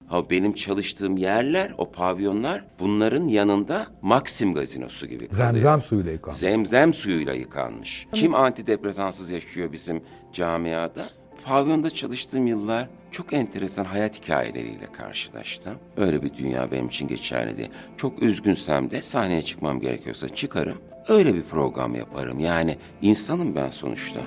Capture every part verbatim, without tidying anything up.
Ha, benim çalıştığım yerler, o pavyonlar bunların yanında Maxim gazinosu gibi kalıyor. Zemzem suyuyla yıkanmış. Zemzem suyuyla yıkanmış. Kim antidepresansız yaşıyor bizim camiada? Pavyonda çalıştığım yıllar çok enteresan hayat hikayeleriyle karşılaştım. Öyle bir dünya benim için geçerli değil. Çok üzgünsem de sahneye çıkmam gerekiyorsa çıkarım. Öyle bir program yaparım. Yani insanım ben sonuçta.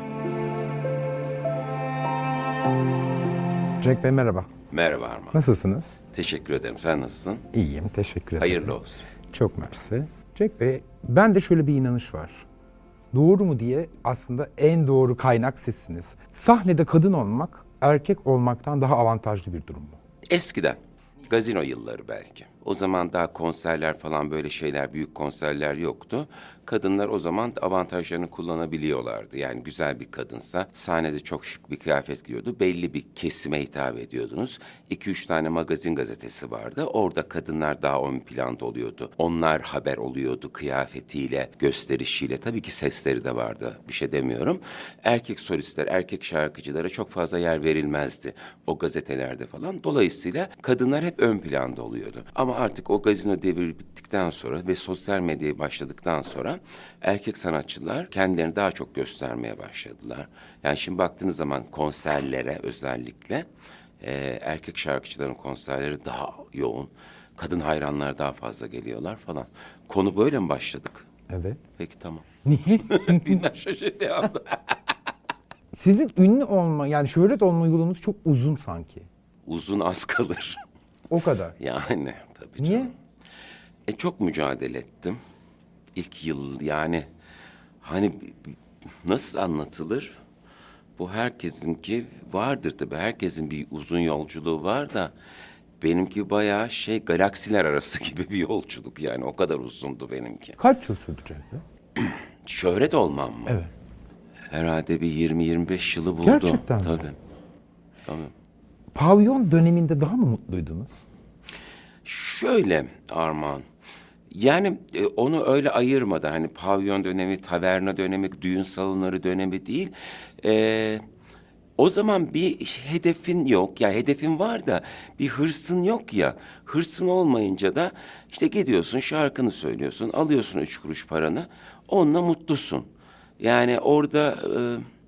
Cenk Bey merhaba. Merhaba Arman. Nasılsınız? Teşekkür ederim. Sen nasılsın? İyiyim, teşekkür ederim. Hayırlı olsun. Çok mersi. Cenk Bey, bende şöyle bir inanış var. Doğru mu diye aslında en doğru kaynak sizsiniz. Sahnede kadın olmak, erkek olmaktan daha avantajlı bir durum mu? Eskiden. Gazino yılları belki. O zaman daha konserler falan böyle şeyler, büyük konserler yoktu. Kadınlar o zaman avantajlarını kullanabiliyorlardı. Yani güzel bir kadınsa sahnede çok şık bir kıyafet giyiyordu. Belli bir kesime hitap ediyordunuz. İki üç tane magazin gazetesi vardı. Orada kadınlar daha ön planda oluyordu. Onlar haber oluyordu kıyafetiyle, gösterişiyle. Tabii ki sesleri de vardı. Bir şey demiyorum. Erkek solistler, erkek şarkıcılara çok fazla yer verilmezdi o gazetelerde falan. Dolayısıyla kadınlar hep ön planda oluyordu. Ama artık o gazino devri bittikten sonra ve sosyal medyaya başladıktan sonra erkek sanatçılar kendilerini daha çok göstermeye başladılar. Yani şimdi baktığınız zaman konserlere özellikle e, erkek şarkıcıların konserleri daha yoğun. Kadın hayranlar daha fazla geliyorlar falan. Konu böyle mi başladık? Evet. Peki tamam. Niye? Bilmem şaşırdı ya. Sizin ünlü olma, yani şöhret olma yolunuz çok uzun sanki. Uzun az kalır. O kadar. Yani tabii Niye? canım. E, çok mücadele ettim. İlk yıl yani hani nasıl anlatılır? Bu herkesinki vardır tabii. Herkesin bir uzun yolculuğu var da benimki bayağı şey galaksiler arası gibi bir yolculuk yani o kadar uzundu benimki. Kaç yıl sürdü Cenk Bey? Şöhret olmam mı? Evet. Herhalde bir yirmi yirmi beş yılı buldu. Gerçekten mi? Tabii. Tabii. Pavyon döneminde daha mı mutluydunuz? Şöyle Armağan, yani e, onu öyle ayırmadan hani pavyon dönemi, taverna dönemi, düğün salonları dönemi değil. E, o zaman bir hedefin yok ya hedefin var da bir hırsın yok ya. Hırsın olmayınca da işte gidiyorsun şarkını söylüyorsun, alıyorsun üç kuruş paranı, onunla mutlusun. Yani orada e,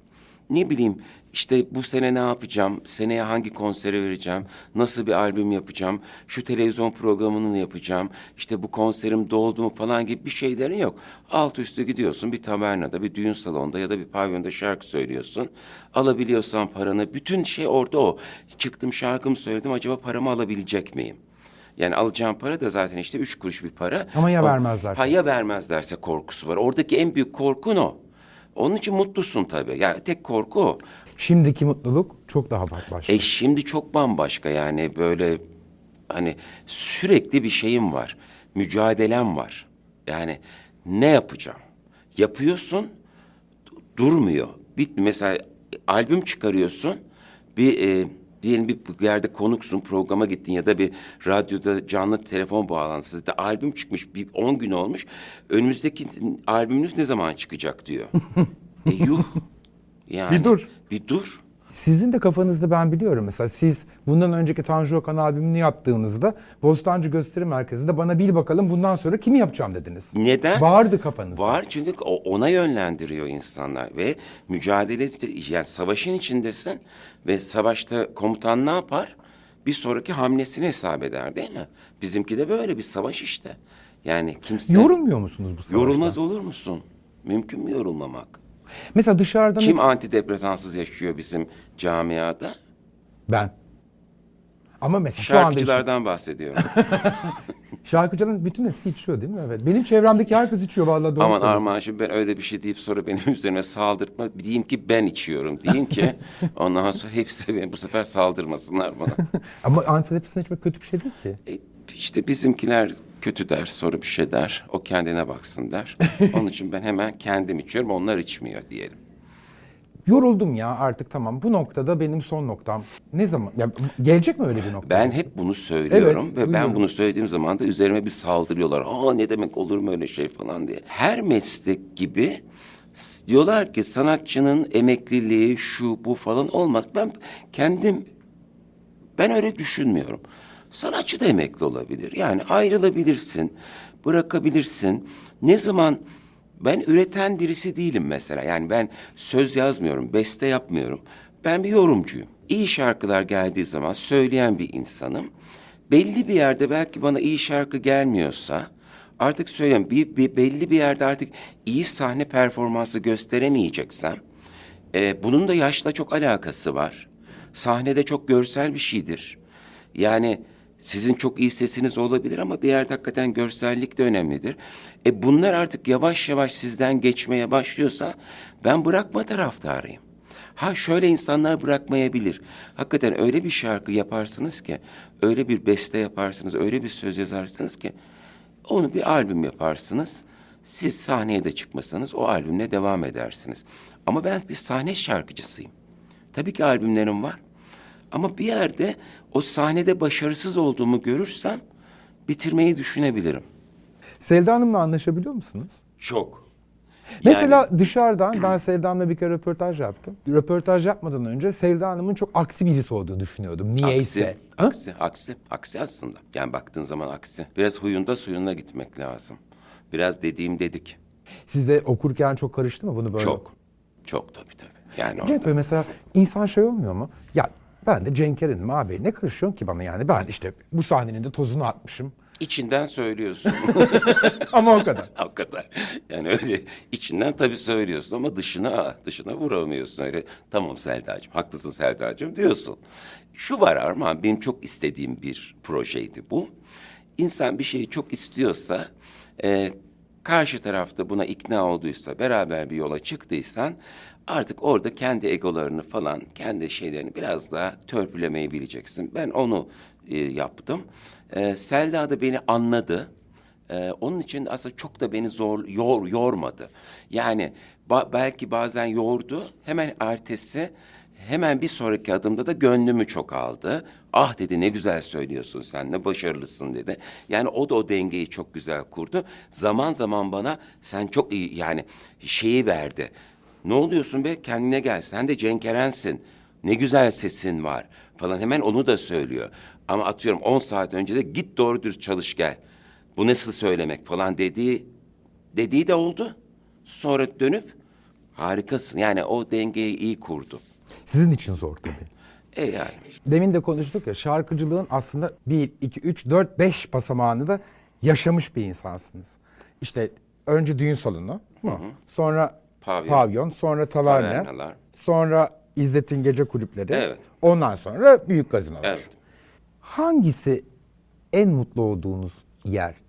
ne bileyim. İşte bu sene ne yapacağım, seneye hangi konsere vereceğim, nasıl bir albüm yapacağım, şu televizyon programını yapacağım, işte bu konserim doldu mu falan gibi bir şeylerin yok. Alt üstü gidiyorsun bir tavernada, bir düğün salonunda ya da bir pavyonda şarkı söylüyorsun. Alabiliyorsan paranı, bütün şey orada o. Çıktım şarkımı söyledim, acaba paramı alabilecek miyim? Yani alacağım para da zaten işte üç kuruş bir para. Ama ya o, vermezlerse? Ha ya vermezlerse korkusu var. Oradaki en büyük korkun o. Onun için mutlusun tabii. Yani tek korku o. Şimdiki mutluluk çok daha başka. E şimdi çok bambaşka yani böyle hani sürekli bir şeyim var. Mücadelem var. Yani ne yapacağım? Yapıyorsun, durmuyor. Bit mesela albüm çıkarıyorsun. Bir e, diyelim bir yerde konuksun, programa gittin ya da bir radyoda canlı telefon bağlantısı da albüm çıkmış, bir on gün olmuş. Önümüzdeki albümünüz ne zaman çıkacak diyor. e yuh. Yani Bir dur. Bir dur. Sizin de kafanızda ben biliyorum mesela siz bundan önceki Tanju Okan albümünü yaptığınızda Bostancı Gösteri Merkezi'nde bana bil bakalım bundan sonra kimi yapacağım dediniz. Neden? Vardı kafanızda. Var çünkü ona yönlendiriyor insanlar ve mücadele yani savaşın içindesin ve savaşta komutan ne yapar? Bir sonraki hamlesini hesap eder değil mi? Bizimki de böyle bir savaş işte. Yani kimse... Yorulmuyor musunuz bu savaşta? Yorulmaz olur musun? Mümkün mü yorulmamak? Mesela dışarıdan... Kim antidepresansız yaşıyor bizim camiada? Ben. Ama mesela şu anda... Şarkıcılardan bahsediyorum. Şarkıcıların bütün hepsi içiyor değil mi? Evet. Benim çevremdeki herkes içiyor vallahi doğru. Aman Armağan şimdi ben öyle bir şey deyip sonra benim üzerime saldırtma. Diyeyim ki ben içiyorum. Diyeyim ki ondan sonra hepsi bu sefer saldırmasınlar bana. Ama antidepresan içmek kötü bir şey değil ki. E, işte bizimkiler kötü der, sonra bir şey der. O kendine baksın der. Onun için ben hemen kendim içiyorum, onlar içmiyor diyelim. Yoruldum ya artık tamam. Bu noktada benim son noktam. Ne zaman? Ya, gelecek mi öyle bir nokta? Ben hep bunu söylüyorum Evet, ve duyuyorum. ben bunu söylediğim zaman da üzerime bir saldırıyorlar. Aa ne demek olur mu öyle şey falan diye. Her meslek gibi diyorlar ki sanatçının emekliliği şu bu falan olmaz. Ben kendim ben öyle düşünmüyorum. Sanatçı da emekli olabilir. Yani ayrılabilirsin, bırakabilirsin. Ne zaman ben üreten birisi değilim mesela. Yani ben söz yazmıyorum, beste yapmıyorum. Ben bir yorumcuyum. İyi şarkılar geldiği zaman söyleyen bir insanım. Belli bir yerde belki bana iyi şarkı gelmiyorsa artık söyleyeyim bir, bir belli bir yerde artık iyi sahne performansı gösteremeyeceksem e, bunun da yaşla çok alakası var. Sahnede çok görsel bir şeydir. Yani sizin çok iyi sesiniz olabilir ama bir yerde hakikaten görsellik de önemlidir. E bunlar artık yavaş yavaş sizden geçmeye başlıyorsa ben bırakma taraftarıyım. Ha şöyle insanlar bırakmayabilir. Hakikaten öyle bir şarkı yaparsınız ki, öyle bir beste yaparsınız, öyle bir söz yazarsınız ki onu bir albüm yaparsınız. Siz sahneye de çıkmasanız o albümle devam edersiniz. Ama ben bir sahne şarkıcısıyım. Tabii ki albümlerim var. Ama bir yerde o sahnede başarısız olduğumu görürsem bitirmeyi düşünebilirim. Selda Hanım'la anlaşabiliyor musunuz? Çok. Mesela dışarıdan ben Selda Hanım'la bir kere röportaj yaptım. Röportaj yapmadan önce Selda Hanım'ın çok aksi birisi olduğunu düşünüyordum. Niyeyse. Aksi, aksi, aksi, aksi aslında. Yani baktığın zaman aksi. Biraz huyunda suyuna gitmek lazım. Biraz dediğim dedik. Size okurken çok karıştı mı bunu böyle? Çok, çok tabii tabii. Yani Cenk Bey mesela insan şey olmuyor mu? Ya ben de Cenk Eren'im abi. Ne karışıyorsun ki bana yani? Ben işte bu sahnenin de tozunu atmışım. İçinden söylüyorsun. Ama o kadar. O kadar. Yani öyle içinden tabii söylüyorsun ama dışına dışına vuramıyorsun. Öyle tamam Selda'cığım, haklısın Selda'cığım diyorsun. Şu var Armağan, benim çok istediğim bir projeydi bu. İnsan bir şeyi çok istiyorsa, e, karşı tarafta buna ikna olduysa, beraber bir yola çıktıysan artık orada kendi egolarını falan, kendi şeylerini biraz daha törpülemeyi bileceksin. Ben onu e, yaptım. E, Selda da beni anladı. Ee, onun için aslında çok da beni zor yor yormadı. Yani ba- belki bazen yordu. Hemen ertesi, hemen bir sonraki adımda da gönlümü çok aldı. Ah dedi, ne güzel söylüyorsun sen, ne başarılısın dedi. Yani o da o dengeyi çok güzel kurdu. Zaman zaman bana sen çok iyi yani şeyi verdi. Ne oluyorsun be, kendine gel, sen de Cenk Eren'sin. Ne güzel sesin var falan, hemen onu da söylüyor. Ama atıyorum on saat önce de git doğru dürüst çalış gel. Bu nasıl söylemek falan dediği dediği de oldu. Sonra dönüp harikasın. Yani o dengeyi iyi kurdu. Sizin için zor tabii. E yani. Demin de konuştuk ya, şarkıcılığın aslında bir, iki, üç, dört, beş basamağını da yaşamış bir insansınız. İşte önce düğün salonu mu? Hı hı. Sonra pavyon, pavyon sonra taverna, tavernalar, sonra İzzet'in gece kulüpleri, evet. Ondan sonra büyük gazinolar. Evet. Hangisi en mutlu olduğunuz yerdi?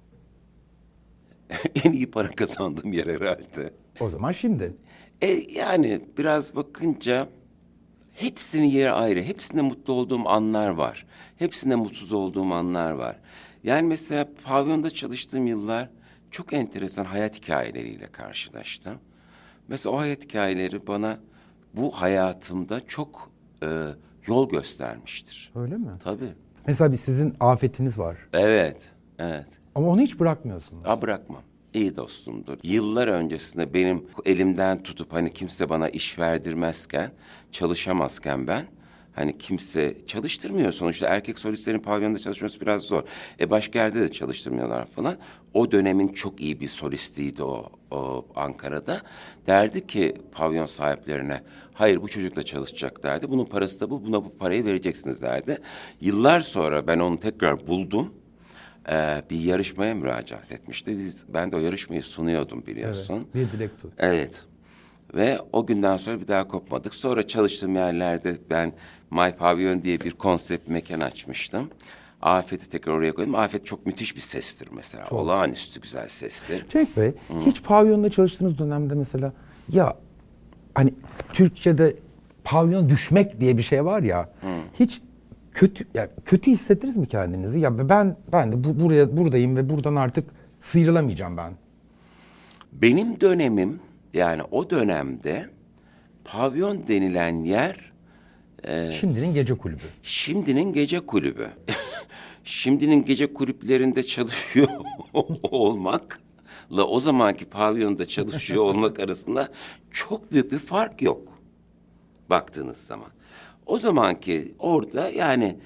En iyi para kazandığım yer herhalde. O zaman şimdi. E yani biraz bakınca hepsinin yeri ayrı. Hepsinde mutlu olduğum anlar var. Hepsinde mutsuz olduğum anlar var. Yani mesela pavyonda çalıştığım yıllar çok enteresan hayat hikayeleriyle karşılaştım. Mesela o hayat hikayeleri bana bu hayatımda çok e, yol göstermiştir. Öyle mi? Tabii. Mesela bir sizin afetiniz var. Evet, evet. Ama onu hiç bırakmıyorsunuz. Ha, bırakmam. İyi dostumdur. Yıllar öncesinde benim elimden tutup hani kimse bana iş verdirmezken, çalışamazken ben... Hani kimse çalıştırmıyor sonuçta. Erkek solistlerin pavyonda çalışması biraz zor. E başka yerde de çalıştırmıyorlar falan. O dönemin çok iyi bir solistiydi o, o Ankara'da. Derdi ki pavyon sahiplerine, hayır bu çocukla çalışacak derdi. Bunun parası da bu, buna bu parayı vereceksiniz derdi. Yıllar sonra ben onu tekrar buldum. Ee, bir yarışmaya müracaat etmişti. Biz, ben de o yarışmayı sunuyordum biliyorsun. Evet, bir dilek tut. Evet. Ve o günden sonra bir daha kopmadık. Sonra çalıştığım yerlerde ben My Pavilion diye bir konsept mekan açmıştım. Afet'i tekrar oraya koydum. Afet çok müthiş bir sestir mesela. Çok. Olağanüstü güzel sestir. Cenk Bey, hmm. hiç pavyonda çalıştığınız dönemde mesela ya hani Türkçe'de pavyon düşmek diye bir şey var ya. Hmm. Hiç kötü yani kötü hissettiniz mi kendinizi? Ya ben ben de bu, buraya buradayım ve buradan artık sıyrılamayacağım ben. Benim dönemim, yani o dönemde pavyon denilen yer... E, şimdinin gece kulübü. Şimdinin gece kulübü. Şimdinin gece kulüplerinde çalışıyor olmakla o zamanki pavyonda çalışıyor olmak arasında çok büyük bir fark yok. Baktığınız zaman. O zamanki orada yani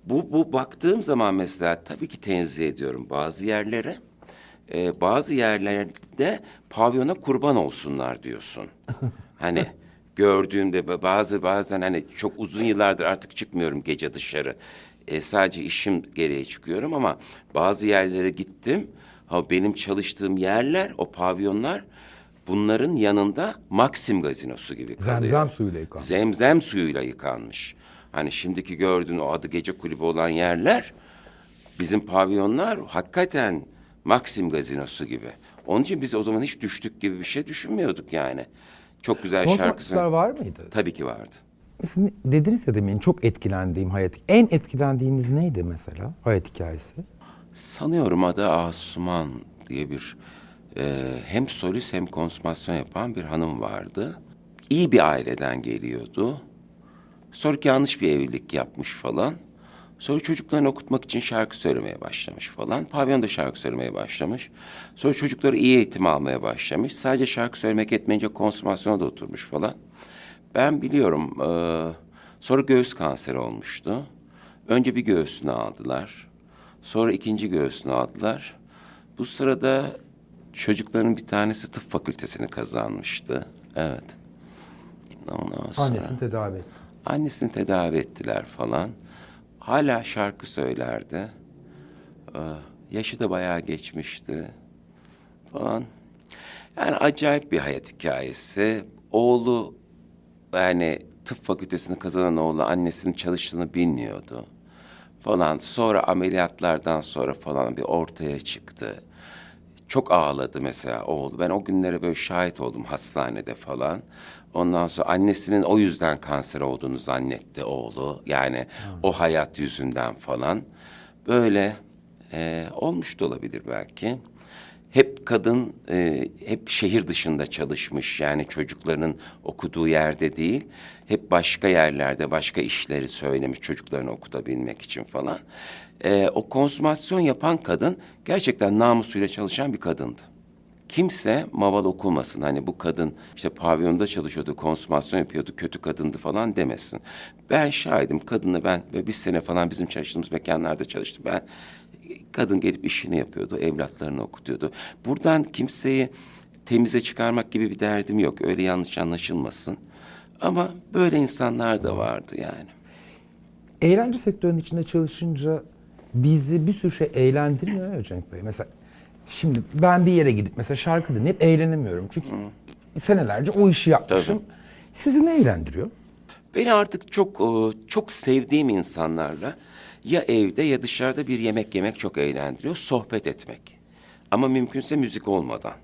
Bu, bu baktığım zaman mesela tabii ki tenzih ediyorum bazı yerlere. Ee, bazı yerlerde pavyona kurban olsunlar diyorsun. Hani gördüğümde bazı bazen hani çok uzun yıllardır artık çıkmıyorum gece dışarı. Ee, sadece işim gereği çıkıyorum ama bazı yerlere gittim. Ha, benim çalıştığım yerler, o pavyonlar bunların yanında Maxim gazinosu gibi kalıyor. Zemzem suyuyla yıkanmış. Zemzem suyuyla yıkanmış. Hani şimdiki gördüğün o adı gece kulübü olan yerler, bizim pavyonlar hakikaten Maxim gazinosu gibi. Onun için biz o zaman hiç düştük gibi bir şey düşünmüyorduk yani. Çok güzel şarkı Konservatüsler söyle- var mıydı? Tabii ki vardı. Mesela dediniz ya demin çok etkilendiğim hayat. En etkilendiğiniz neydi mesela hayat hikayesi? Sanıyorum adı Asuman diye bir e, hem solist hem konsumasyon yapan bir hanım vardı. İyi bir aileden geliyordu. Sonra yanlış bir evlilik yapmış falan. Sonra çocuklarını okutmak için şarkı söylemeye başlamış falan. Pavyonda şarkı söylemeye başlamış. Sonra çocukları iyi eğitim almaya başlamış. Sadece şarkı söylemek yetmeyince konsumasyona da oturmuş falan. Ben biliyorum. E, sonra göğüs kanseri olmuştu. Önce bir göğsünü aldılar. Sonra ikinci göğsünü aldılar. Bu sırada çocukların bir tanesi tıp fakültesini kazanmıştı. Evet. Ondan sonra Annesini tedavi etti. annesini tedavi ettiler falan. Hala şarkı söylerdi. Ee, yaşı da bayağı geçmişti falan. Yani acayip bir hayat hikayesi. Oğlu yani tıp fakültesini kazanan oğlu annesinin çalıştığını bilmiyordu falan. Sonra ameliyatlardan sonra falan bir ortaya çıktı. Çok ağladı mesela oğlu. Ben o günlere böyle şahit oldum hastanede falan. Ondan sonra annesinin o yüzden kanser olduğunu zannetti oğlu. Yani hmm. o hayat yüzünden falan. Böyle e, olmuş da olabilir belki. Hep kadın, e, hep şehir dışında çalışmış. Yani çocuklarının okuduğu yerde değil. Hep başka yerlerde, başka işleri söylemiş çocuklarını okutabilmek için falan. E, o konsumasyon yapan kadın gerçekten namusuyla çalışan bir kadındı. Kimse maval okumasın. Hani bu kadın işte pavyonda çalışıyordu, konsumasyon yapıyordu, kötü kadındı falan demesin. Ben şahidim. Kadınla ben ve bir sene falan bizim çalıştığımız mekanlarda çalıştım. Ben kadın gelip işini yapıyordu, evlatlarını okutuyordu. Buradan kimseyi temize çıkarmak gibi bir derdim yok. Öyle yanlış anlaşılmasın. Ama böyle insanlar da vardı yani. Eğlence sektörünün içinde çalışınca bizi bir sürü şey eğlendirmiyor ya Cenk Bey. Mesela şimdi ben bir yere gidip mesela şarkı dinleyip eğlenemiyorum. Çünkü Hı. senelerce o işi yapmışım. Tabii. Sizi ne eğlendiriyor? Beni artık çok çok sevdiğim insanlarla ya evde ya dışarıda bir yemek yemek çok eğlendiriyor. Sohbet etmek. Ama mümkünse müzik olmadan.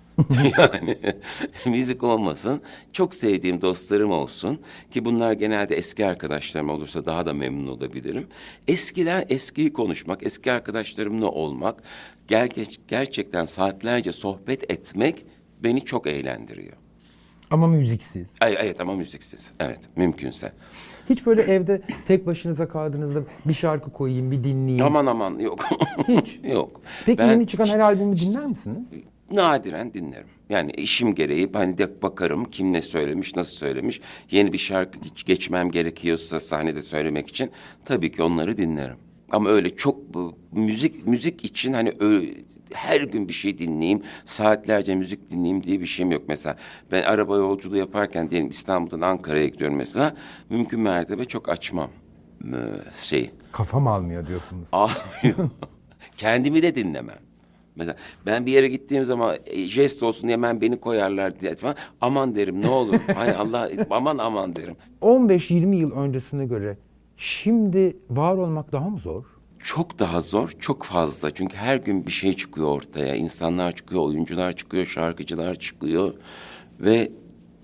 Yani müzik olmasın. Çok sevdiğim dostlarım olsun. Ki bunlar genelde eski arkadaşlarım olursa daha da memnun olabilirim. Eskiden eskiyi konuşmak, eski arkadaşlarımla olmak, ger- gerçekten saatlerce sohbet etmek beni çok eğlendiriyor. Ama müziksiz. Ay, evet ama müziksiz. Evet, mümkünse. Hiç böyle evde tek başınıza kaldığınızda bir şarkı koyayım, bir dinleyeyim. Aman aman yok. Hiç. Yok. Peki Ben yeni çıkan her albümü dinler misiniz? nadiren dinlerim. Yani işim gereği hani de bakarım kim ne söylemiş, nasıl söylemiş. Yeni bir şarkı geçmem gerekiyorsa sahnede söylemek için tabii ki onları dinlerim. Ama öyle çok bu, müzik müzik için hani ö, her gün bir şey dinleyeyim, saatlerce müzik dinleyeyim diye bir şeyim yok. Mesela ben araba yolculuğu yaparken diyelim İstanbul'dan Ankara'ya gidiyorum mesela. Mümkün mertebe çok açmam ee, şey. Kafam almıyor diyorsunuz. Almıyor. Kendimi de dinlemem. Mesela ben bir yere gittiğim zaman e, jest olsun diye hemen beni koyarlar diye falan. Aman derim ne olur. Hay Allah aman aman derim. on beş yirmi yıl öncesine göre şimdi var olmak daha mı zor? Çok daha zor, çok fazla. Çünkü her gün bir şey çıkıyor ortaya. İnsanlar çıkıyor, oyuncular çıkıyor, şarkıcılar çıkıyor. Ve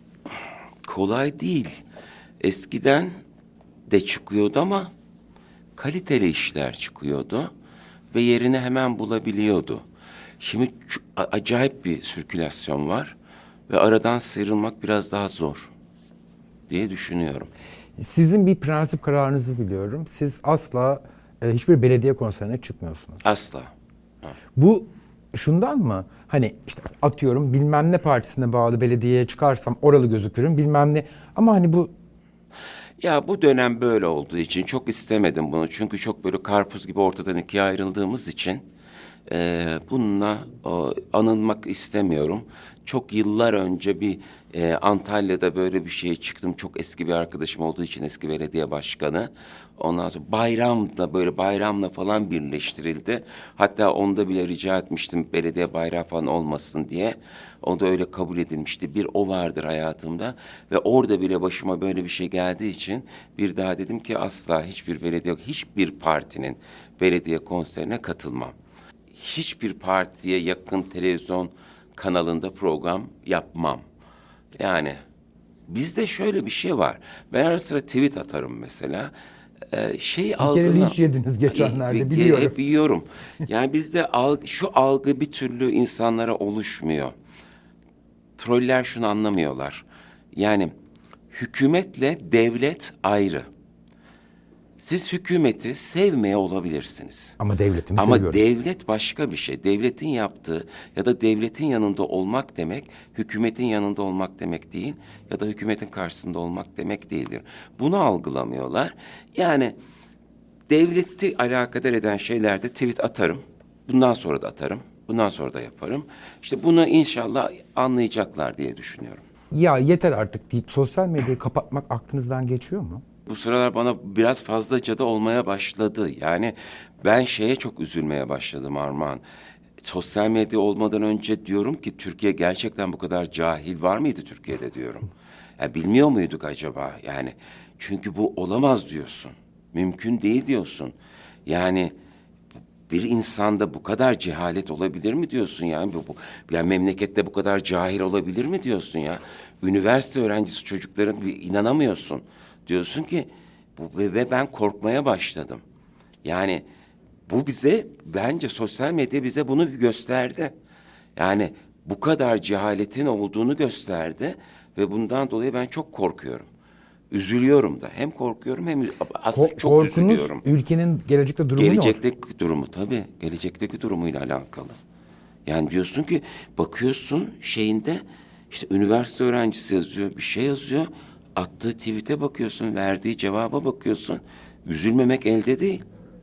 kolay değil. Eskiden de çıkıyordu ama kaliteli işler çıkıyordu. Ve yerini hemen bulabiliyordu. Şimdi acayip bir sirkülasyon var. Ve aradan sıyrılmak biraz daha zor diye düşünüyorum. Sizin bir prensip kararınızı biliyorum. Siz asla e, hiçbir belediye konserine çıkmıyorsunuz. Asla. Ha. Bu şundan mı? Hani işte atıyorum bilmem ne partisine bağlı belediyeye çıkarsam oralı gözükürüm bilmem ne. Ama hani bu... Ya bu dönem böyle olduğu için çok istemedim bunu. Çünkü çok böyle karpuz gibi ortadan ikiye ayrıldığımız için e, bununla o, anılmak istemiyorum. Çok yıllar önce bir e, Antalya'da böyle bir şeye çıktım. Çok eski bir arkadaşım olduğu için, eski belediye başkanı. Ondan sonra bayramla böyle bayramla falan birleştirildi. Hatta onda bile rica etmiştim belediye bayrağı falan olmasın diye. O da öyle kabul edilmişti. Bir o vardır hayatımda ve orada bile başıma böyle bir şey geldiği için bir daha dedim ki asla hiçbir belediye, hiçbir partinin belediye konserine katılmam. Hiçbir partiye yakın televizyon kanalında program yapmam. Yani bizde şöyle bir şey var. Ben ara sıra tweet atarım mesela. Ee, şey Bir kere algına... linç yediniz geçenlerde, Hep- biliyorum. Hep yiyorum. Yani bizde algı, şu algı bir türlü insanlara oluşmuyor. Troller şunu anlamıyorlar. Yani hükümetle devlet ayrı. Siz hükümeti sevmeye olabilirsiniz. Ama devletimi Ama seviyorum. devlet başka bir şey. Devletin yaptığı ya da devletin yanında olmak demek, hükümetin yanında olmak demek değil ya da hükümetin karşısında olmak demek değildir. Bunu algılamıyorlar. Yani devleti alakadar eden şeylerde tweet atarım. Bundan sonra da atarım. Bundan sonra da yaparım. İşte bunu inşallah anlayacaklar diye düşünüyorum. Ya yeter artık deyip sosyal medyayı kapatmak aklınızdan geçiyor mu? Bu sıralar bana biraz fazlaca da olmaya başladı. Yani ben şeye çok üzülmeye başladım Armağan. Sosyal medya olmadan önce diyorum ki Türkiye gerçekten bu kadar cahil var mıydı Türkiye'de diyorum. Ya bilmiyor muyduk acaba? Yani çünkü bu olamaz diyorsun. Mümkün değil diyorsun. Yani bir insanda bu kadar cehalet olabilir mi diyorsun yani bu, bu yani memlekette bu kadar cahil olabilir mi diyorsun ya? Üniversite öğrencisi çocukların bir inanamıyorsun. Diyorsun ki bu ve ve ben korkmaya başladım. Yani bu bize bence sosyal medya bize bunu bir gösterdi. Yani bu kadar cehaletin olduğunu gösterdi ve bundan dolayı ben çok korkuyorum. Üzülüyorum da. Hem korkuyorum hem aslında Ko- çok korkunuz üzülüyorum. ülkenin gelecekte durumu ne olur? Gelecekteki durumu tabii. Gelecekteki durumuyla alakalı. Yani diyorsun ki bakıyorsun şeyinde işte üniversite öğrencisi yazıyor, bir şey yazıyor. Attığı tweet'e bakıyorsun, verdiği cevaba bakıyorsun. Üzülmemek elde değil.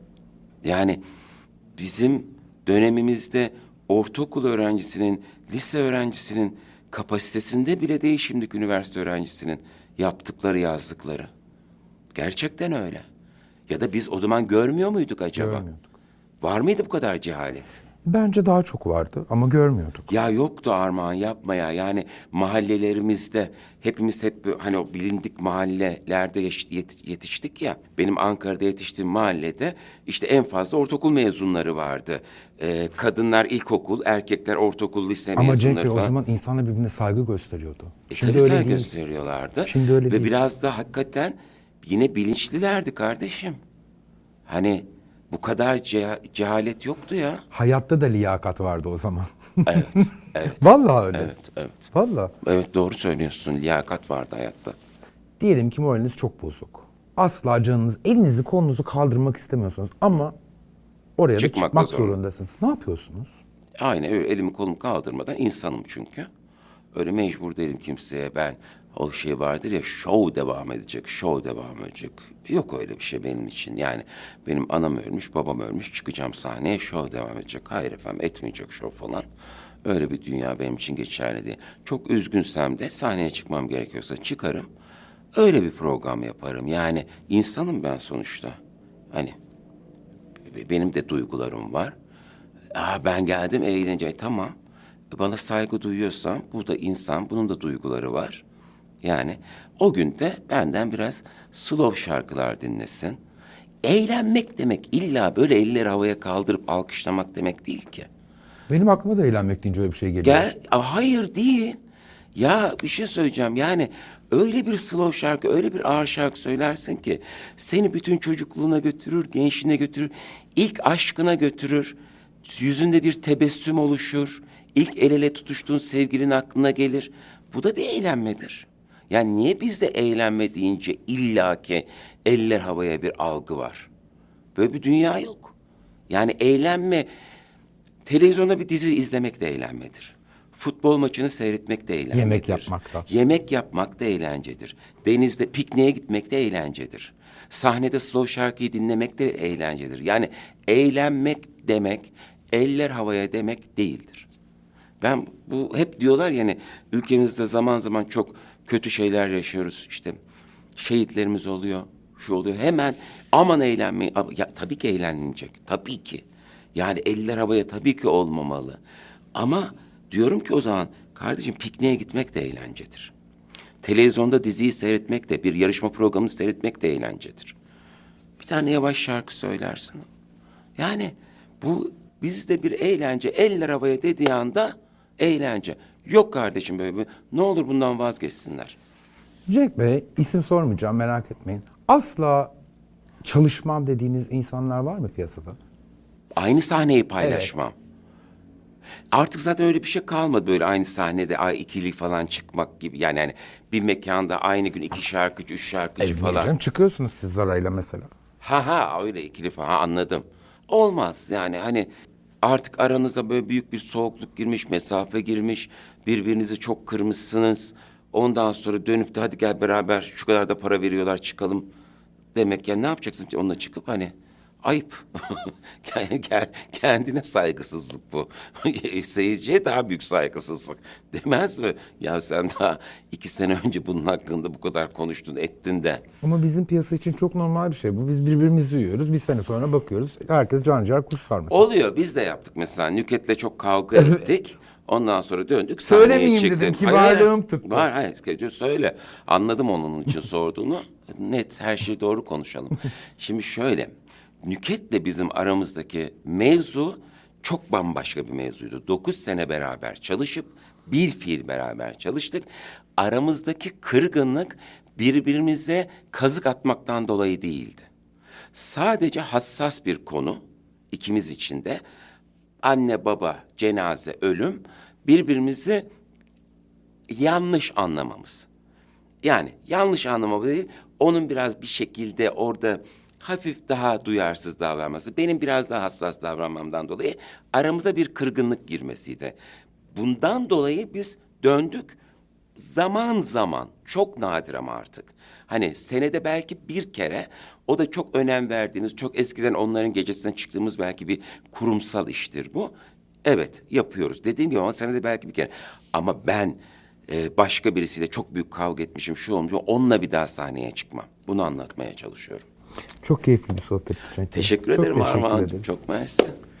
Yani bizim dönemimizde ortaokul öğrencisinin, lise öğrencisinin kapasitesinde bile değil şimdiki üniversite öğrencisinin yaptıkları, yazdıkları. Gerçekten öyle. Ya da biz o zaman görmüyor muyduk acaba? Görmüyorduk. Var mıydı bu kadar cehalet? Bence daha çok vardı ama görmüyorduk. Ya yoktu Armağan yapma ya. Yani mahallelerimizde hepimiz hep böyle, hani o bilindik mahallelerde yaş- yet- yetiştik ya. Benim Ankara'da yetiştiğim mahallede işte en fazla ortaokul mezunları vardı. Ee, kadınlar ilkokul, erkekler ortaokul, lise Ama mezunları Cenk Bey o falan. zaman insanlar birbirine saygı gösteriyordu. E, Şimdi tabii öyle saygı değil. gösteriyorlardı. Şimdi öyle Ve değil. biraz da hakikaten yine bilinçlilerdi kardeşim. Hani bu kadar ceha- cehalet yoktu ya. Hayatta da liyakat vardı o zaman. Evet, evet, Vallahi öyle. evet, evet. Vallahi. Evet doğru söylüyorsun. Liyakat vardı hayatta. Diyelim ki moraliniz çok bozuk. Asla canınız, elinizi kolunuzu kaldırmak istemiyorsunuz ama oraya Çıkmak da çıkmak da zorunda. zorundasınız. Ne yapıyorsunuz? Aynen öyle elimi kolumu kaldırmadan insanım çünkü. Öyle mecbur değilim kimseye ben. O şey vardır ya show devam edecek, show devam edecek. Yok öyle bir şey benim için. Yani benim anam ölmüş, babam ölmüş. Çıkacağım sahneye show devam edecek. Hayır efendim etmeyecek show falan. Öyle bir dünya benim için geçerli değil. Çok üzgünsem de sahneye çıkmam gerekiyorsa çıkarım. Öyle bir program yaparım. Yani insanım ben sonuçta. Hani benim de duygularım var. Aa, ben geldim eğlence tamam. Bana saygı duyuyorsan bu da insan, bunun da duyguları var. Yani o gün de benden biraz slow şarkılar dinlesin. Eğlenmek demek illa böyle elleri havaya kaldırıp alkışlamak demek değil ki. Benim aklıma da eğlenmek deyince öyle bir şey geliyor. Gel, Aa, hayır değil. Ya bir şey söyleyeceğim yani öyle bir slow şarkı, öyle bir ağır şarkı söylersin ki seni bütün çocukluğuna götürür, gençliğine götürür, ilk aşkına götürür, yüzünde bir tebessüm oluşur, ilk el ele tutuştuğun sevgilin aklına gelir. Bu da bir eğlenmedir. Yani niye bizde eğlenme deyince illaki eller havaya bir algı var? Böyle bir dünya yok. Yani eğlenme, televizyonda bir dizi izlemek de eğlenmedir. Futbol maçını seyretmek de eğlencedir. Yemek yapmak da. Yemek yapmak da eğlencedir. Denizde pikniğe gitmek de eğlencedir. Sahnede slow şarkıyı dinlemek de eğlencedir. Yani eğlenmek demek, eller havaya demek değildir. Ben bu hep diyorlar yani ülkemizde zaman zaman çok kötü şeyler yaşıyoruz. İşte şehitlerimiz oluyor, şu oluyor. Hemen aman eğlenmeyin. Ya tabii ki eğlenilecek. Tabii ki. Yani eller havaya tabii ki olmamalı. Ama diyorum ki o zaman kardeşim pikniğe gitmek de eğlencedir. Televizyonda diziyi seyretmek de, bir yarışma programını seyretmek de eğlencedir. Bir tane yavaş şarkı söylersin. Yani bu bizde bir eğlence, eller havaya dediği anda eğlence. Yok kardeşim böyle bir, ne olur bundan vazgeçsinler. Cenk Bey, isim sormayacağım, merak etmeyin. Asla çalışmam dediğiniz insanlar var mı piyasada? Aynı sahneyi paylaşmam. Artık zaten öyle bir şey kalmadı, böyle aynı sahnede ay ikili falan çıkmak gibi. Yani hani bir mekanda aynı gün iki şarkıcı, üç şarkıcı Evet, falan. canım, çıkıyorsunuz siz Zara'yla mesela. Ha ha öyle ikili falan, ha, anladım. Olmaz yani hani artık aranıza böyle büyük bir soğukluk girmiş, mesafe girmiş. Birbirinizi çok kırmışsınız. Ondan sonra dönüp de hadi gel beraber şu kadar da para veriyorlar çıkalım demek. Ya ne yapacaksın onunla çıkıp hani? Ayıp. Kendine saygısızlık bu. Seyirciye daha büyük saygısızlık. Demez mi? Ya sen daha iki sene önce bunun hakkında bu kadar konuştun, ettin de. Ama bizim piyasa için çok normal bir şey bu. Biz birbirimizi yiyoruz. Bir sene sonra bakıyoruz. Herkes canciğer kuş sarması. Oluyor. Biz de yaptık mesela. Nüket'le çok kavga ettik. Ondan sonra döndük. Sahneye Söylemeyeyim çıktık. dedim. Hayır, Kibarlığım hayır. tuttu. Var hayır. Söyle. Anladım onun için sorduğunu. Net her şeyi doğru konuşalım. Şimdi şöyle. Nüket'le bizim aramızdaki mevzu çok bambaşka bir mevzuydu. Dokuz sene beraber çalışıp bir fiil beraber çalıştık. Aramızdaki kırgınlık birbirimize kazık atmaktan dolayı değildi. Sadece hassas bir konu ikimiz için de anne baba, cenaze, ölüm birbirimizi yanlış anlamamız. Yani yanlış anlamamız değil, onun biraz bir şekilde orada hafif daha duyarsız davranması, benim biraz daha hassas davranmamdan dolayı aramıza bir kırgınlık girmesiydi. Bundan dolayı biz döndük. Zaman zaman, çok nadir ama artık. Hani senede belki bir kere, o da çok önem verdiğimiz, çok eskiden onların gecesine çıktığımız belki bir kurumsal iştir bu. Evet, yapıyoruz. Dediğim gibi ama senede belki bir kere. Ama ben e, başka birisiyle çok büyük kavga etmişim, şu olmuş, onunla bir daha sahneye çıkmam. Bunu anlatmaya çalışıyorum. Çok keyifli bir sohbet. Teşekkür Çok ederim teşekkür Armağan'cığım. ederim. Çok mersi.